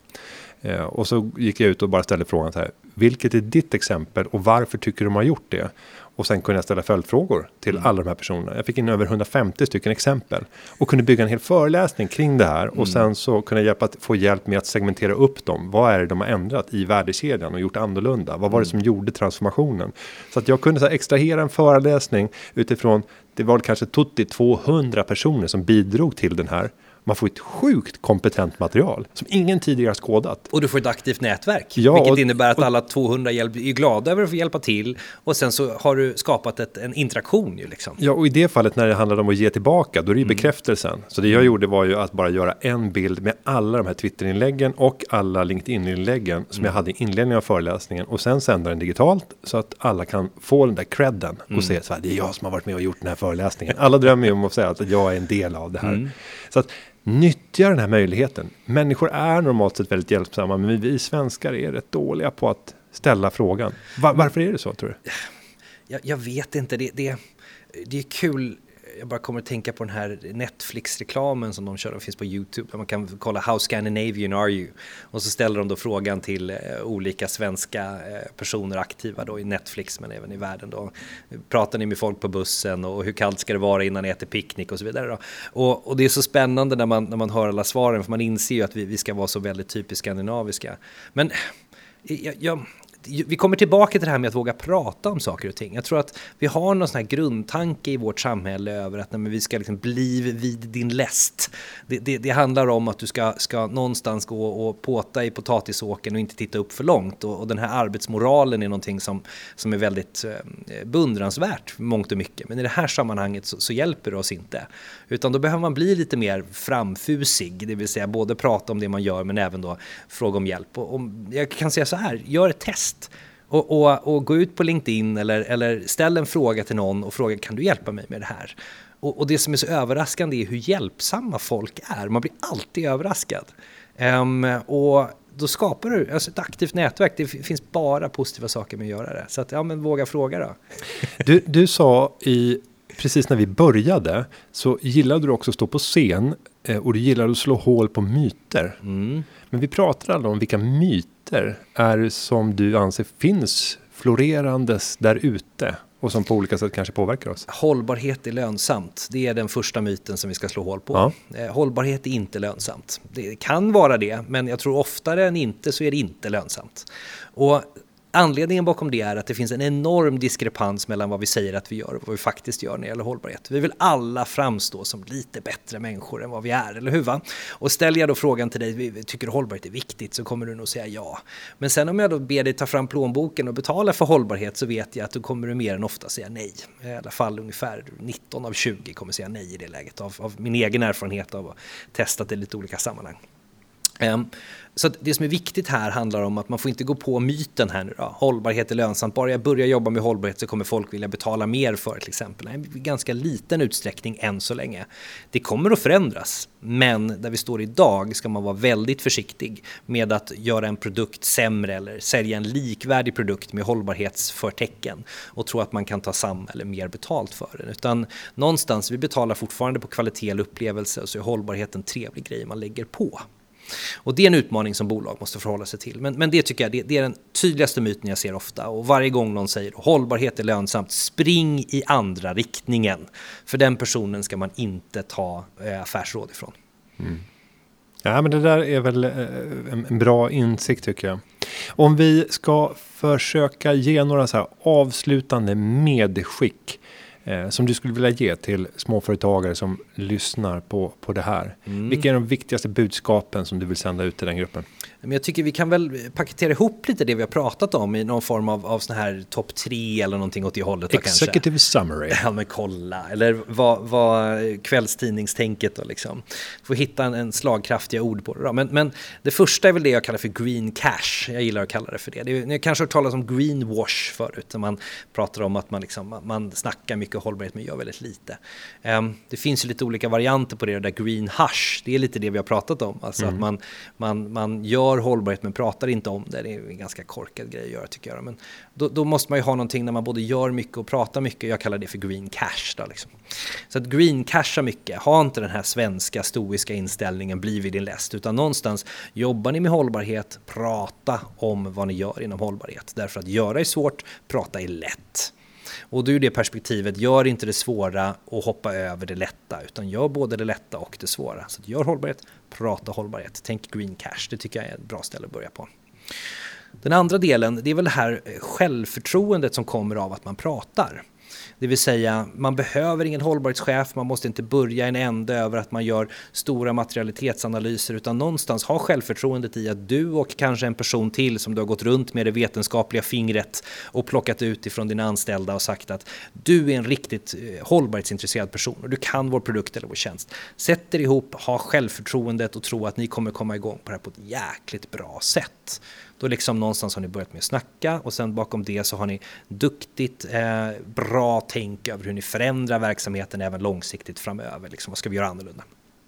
Och så gick jag ut och bara ställde frågan så här, vilket är ditt exempel och varför tycker du de har gjort det? Och sen kunde jag ställa följdfrågor till alla de här personerna. Jag fick in över 150 stycken exempel och kunde bygga en hel föreläsning kring det här. Och sen så kunde jag få hjälp med att segmentera upp dem. Vad är det de har ändrat i värdekedjan och gjort annorlunda? Vad var det som gjorde transformationen? Så att jag kunde så här extrahera en föreläsning utifrån, det var kanske 200 personer som bidrog till den här. Man får ett sjukt kompetent material som ingen tidigare har skådat. Och du får ett aktivt nätverk, ja, vilket innebär att alla 200 är glada över att få hjälpa till. Och sen så har du skapat en interaktion ju liksom. Ja, och i det fallet när det handlar om att ge tillbaka, då är det ju bekräftelsen. Så det jag gjorde var ju att bara göra en bild med alla de här Twitter-inläggen och alla LinkedIn-inläggen som jag hade i inledningen av föreläsningen. Och sen sända den digitalt så att alla kan få den där credden och se så här, det är jag som har varit med och gjort den här föreläsningen. Alla drömmer ju om att säga att jag är en del av det här. Så att nyttja den här möjligheten. Människor är normalt sett väldigt hjälpsamma, men vi svenskar är rätt dåliga på att ställa frågan. Varför är det så, tror du? Jag vet inte. Det är kul. Jag bara kommer att tänka på den här Netflix-reklamen som de kör. Den finns på YouTube. Där man kan kolla How Scandinavian are you? Och så ställer de då frågan till olika svenska personer aktiva då i Netflix, men även i världen då. Pratar ni med folk på bussen och hur kallt ska det vara innan ni äter picknick och så vidare då. Och det är så spännande när man hör alla svaren, för man inser ju att vi ska vara så väldigt typiskt skandinaviska. Men vi kommer tillbaka till det här med att våga prata om saker och ting. Jag tror att vi har någon sån här grundtanke i vårt samhälle över att vi ska liksom bli vid din läst. Det handlar om att du ska någonstans gå och påta i potatisåken och inte titta upp för långt. Och den här arbetsmoralen är någonting som är väldigt beundransvärt mångt och mycket. Men i det här sammanhanget så hjälper det oss inte. Utan då behöver man bli lite mer framfusig. Det vill säga både prata om det man gör men även då fråga om hjälp. Och jag kan säga så här, gör ett test. Och gå ut på LinkedIn eller ställ en fråga till någon och fråga, kan du hjälpa mig med det här? Och det som är så överraskande är hur hjälpsamma folk är. Man blir alltid överraskad. Och då skapar du alltså ett aktivt nätverk. Det finns bara positiva saker med att göra det. Så att, men våga fråga då. Du sa precis när vi började så gillade du också att stå på scen och du gillade att slå hål på myter. Mm. Men vi pratar aldrig om vilka myter är som du anser finns florerandes där ute och som på olika sätt kanske påverkar oss. Hållbarhet är lönsamt. Det är den första myten som vi ska slå hål på. Ja. Hållbarhet är inte lönsamt. Det kan vara det, men jag tror oftare än inte så är det inte lönsamt. Och anledningen bakom det är att det finns en enorm diskrepans mellan vad vi säger att vi gör och vad vi faktiskt gör när det gäller hållbarhet. Vi vill alla framstå som lite bättre människor än vad vi är, eller hur va? Och ställer jag då frågan till dig, tycker du hållbarhet är viktigt, så kommer du nog säga ja. Men sen om jag då ber dig ta fram plånboken och betala för hållbarhet så vet jag att då kommer du mer än ofta säga nej. I alla fall ungefär 19 av 20 kommer säga nej i det läget av min egen erfarenhet av att testa det i lite olika sammanhang. Så att det som är viktigt här handlar om att man får inte gå på myten här nu då. Hållbarhet är lönsamt. Bara jag börjar jobba med hållbarhet så kommer folk vilja betala mer för till exempel. En ganska liten utsträckning än så länge. Det kommer att förändras. Men där vi står idag ska man vara väldigt försiktig med att göra en produkt sämre eller sälja en likvärdig produkt med hållbarhetsförtecken och tro att man kan ta samma eller mer betalt för den. Utan någonstans, vi betalar fortfarande på kvalitet eller upplevelse och så är hållbarhet en trevlig grej man lägger på. Och det är en utmaning som bolag måste förhålla sig till. Men det tycker jag, det är den tydligaste myten jag ser ofta. Och varje gång någon säger hållbarhet är lönsamt, spring i andra riktningen. För den personen ska man inte ta affärsråd ifrån. Mm. Ja, men det där är väl en bra insikt tycker jag. Om vi ska försöka ge några så här avslutande medskick som du skulle vilja ge till småföretagare som lyssnar på det här. Vilka är de viktigaste budskapen som du vill sända ut till den gruppen? Men jag tycker vi kan väl paketera ihop lite det vi har pratat om i någon form av sån här topp 3 eller någonting åt det hållet. Executive kanske. summary. Ja, men kolla. Eller vad kvällstidningstänket då liksom. Få hitta en slagkraftiga ord på det då. Men det första är väl det jag kallar för green cash. Jag gillar att kalla det för det. Ni har kanske hört talas om greenwash förut. När man pratar om att man snackar mycket hållbarhet men gör väldigt lite. Det finns ju lite olika varianter på det där green hush. Det är lite det vi har pratat om. Alltså att man gör hållbarhet men pratar inte om det. Det är en ganska korkad grej att göra tycker jag. Men då måste man ju ha någonting när man både gör mycket och pratar mycket. Jag kallar det för green cash då liksom. Så att green casha mycket. Ha inte den här svenska stoiska inställningen, bli vid din läst. Utan någonstans jobbar ni med hållbarhet, prata om vad ni gör inom hållbarhet. Därför att göra är svårt, prata är lätt. Och då är det perspektivet, gör inte det svåra och hoppa över det lätta, utan gör både det lätta och det svåra. Så gör hållbarhet, prata hållbarhet. Tänk green cash, det tycker jag är ett bra ställe att börja på. Den andra delen, det är väl det här självförtroendet som kommer av att man pratar. Det vill säga, man behöver ingen hållbarhetschef, man måste inte börja en ände över att man gör stora materialitetsanalyser, utan någonstans ha självförtroendet i att du och kanske en person till som du har gått runt med det vetenskapliga fingret och plockat ut ifrån dina anställda och sagt att du är en riktigt hållbarhetsintresserad person och du kan vår produkt eller vår tjänst. Sätt er ihop, ha självförtroendet och tro att ni kommer komma igång på det här på ett jäkligt bra sätt. Då liksom någonstans har ni börjat med att snacka och sen bakom det så har ni duktigt, bra tänk över hur ni förändrar verksamheten även långsiktigt framöver. Liksom, vad ska vi göra annorlunda?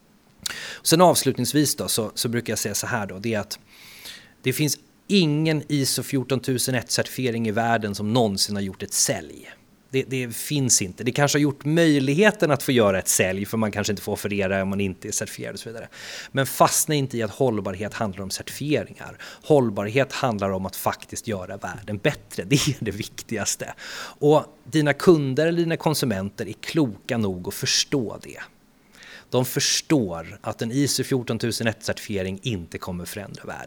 Och sen avslutningsvis då, så brukar jag säga så här då, det är att det finns ingen ISO 14001-certifiering i världen som någonsin har gjort ett sälj. Det finns inte. Det kanske har gjort möjligheten att få göra ett sälj för man kanske inte får offerera om man inte är certifierad och så vidare. Men fastna inte i att hållbarhet handlar om certifieringar. Hållbarhet handlar om att faktiskt göra världen bättre. Det är det viktigaste. Och dina kunder eller dina konsumenter är kloka nog att förstå det. De förstår att en ISO 14001-certifiering inte kommer förändra världen.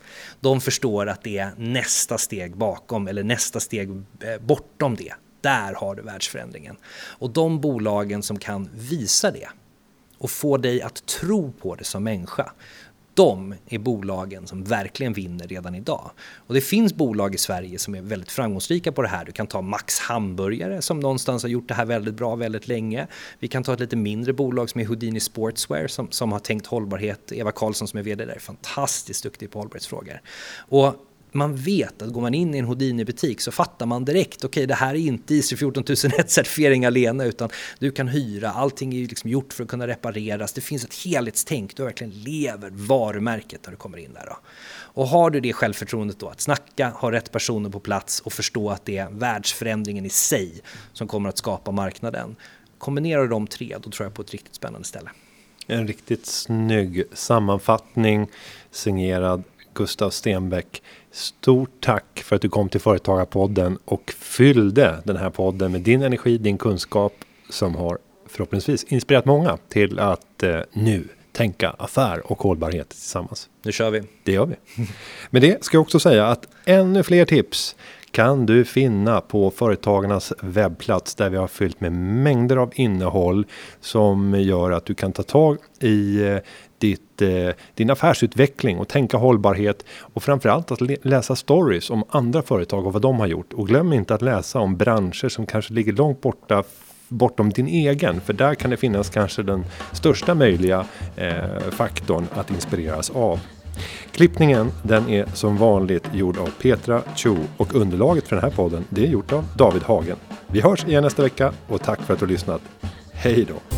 De förstår att det är nästa steg bakom eller nästa steg bortom det. Där har du världsförändringen. Och de bolagen som kan visa det och få dig att tro på det som människa, de är bolagen som verkligen vinner redan idag. Och det finns bolag i Sverige som är väldigt framgångsrika på det här. Du kan ta Max Hamburgare som någonstans har gjort det här väldigt bra väldigt länge. Vi kan ta ett lite mindre bolag som är Houdini Sportswear som har tänkt hållbarhet. Eva Karlsson som är vd där är fantastiskt duktig på hållbarhetsfrågor. Och man vet att går man in i en Houdini-butik så fattar man direkt, okej, det här är inte ISO 14001-certifiering alena, utan du kan hyra, allting är ju liksom gjort för att kunna repareras. Det finns ett helhetstänk, du verkligen lever varumärket när du kommer in där då. Och har du det självförtroendet då att snacka, ha rätt personer på plats och förstå att det är världsförändringen i sig som kommer att skapa marknaden. Kombinerar de tre, då tror jag på ett riktigt spännande ställe. En riktigt snygg sammanfattning signerad Gustav Stenbäck. Stort tack för att du kom till Företagarpodden och fyllde den här podden med din energi, din kunskap som har förhoppningsvis inspirerat många till att nu tänka affär och hållbarhet tillsammans. Nu kör vi. Det gör vi. Men det ska jag också säga att ännu fler tips kan du finna på Företagarnas webbplats där vi har fyllt med mängder av innehåll som gör att du kan ta tag i din affärsutveckling och tänka hållbarhet och framförallt att läsa stories om andra företag och vad de har gjort. Och glöm inte att läsa om branscher som kanske ligger långt bortom din egen, för där kan det finnas kanske den största möjliga faktorn att inspireras av. Klippningen, den är som vanligt gjord av Petra Cho och underlaget för den här podden, det är gjort av David Hagen. Vi hörs igen nästa vecka och tack för att du har lyssnat. Hej då!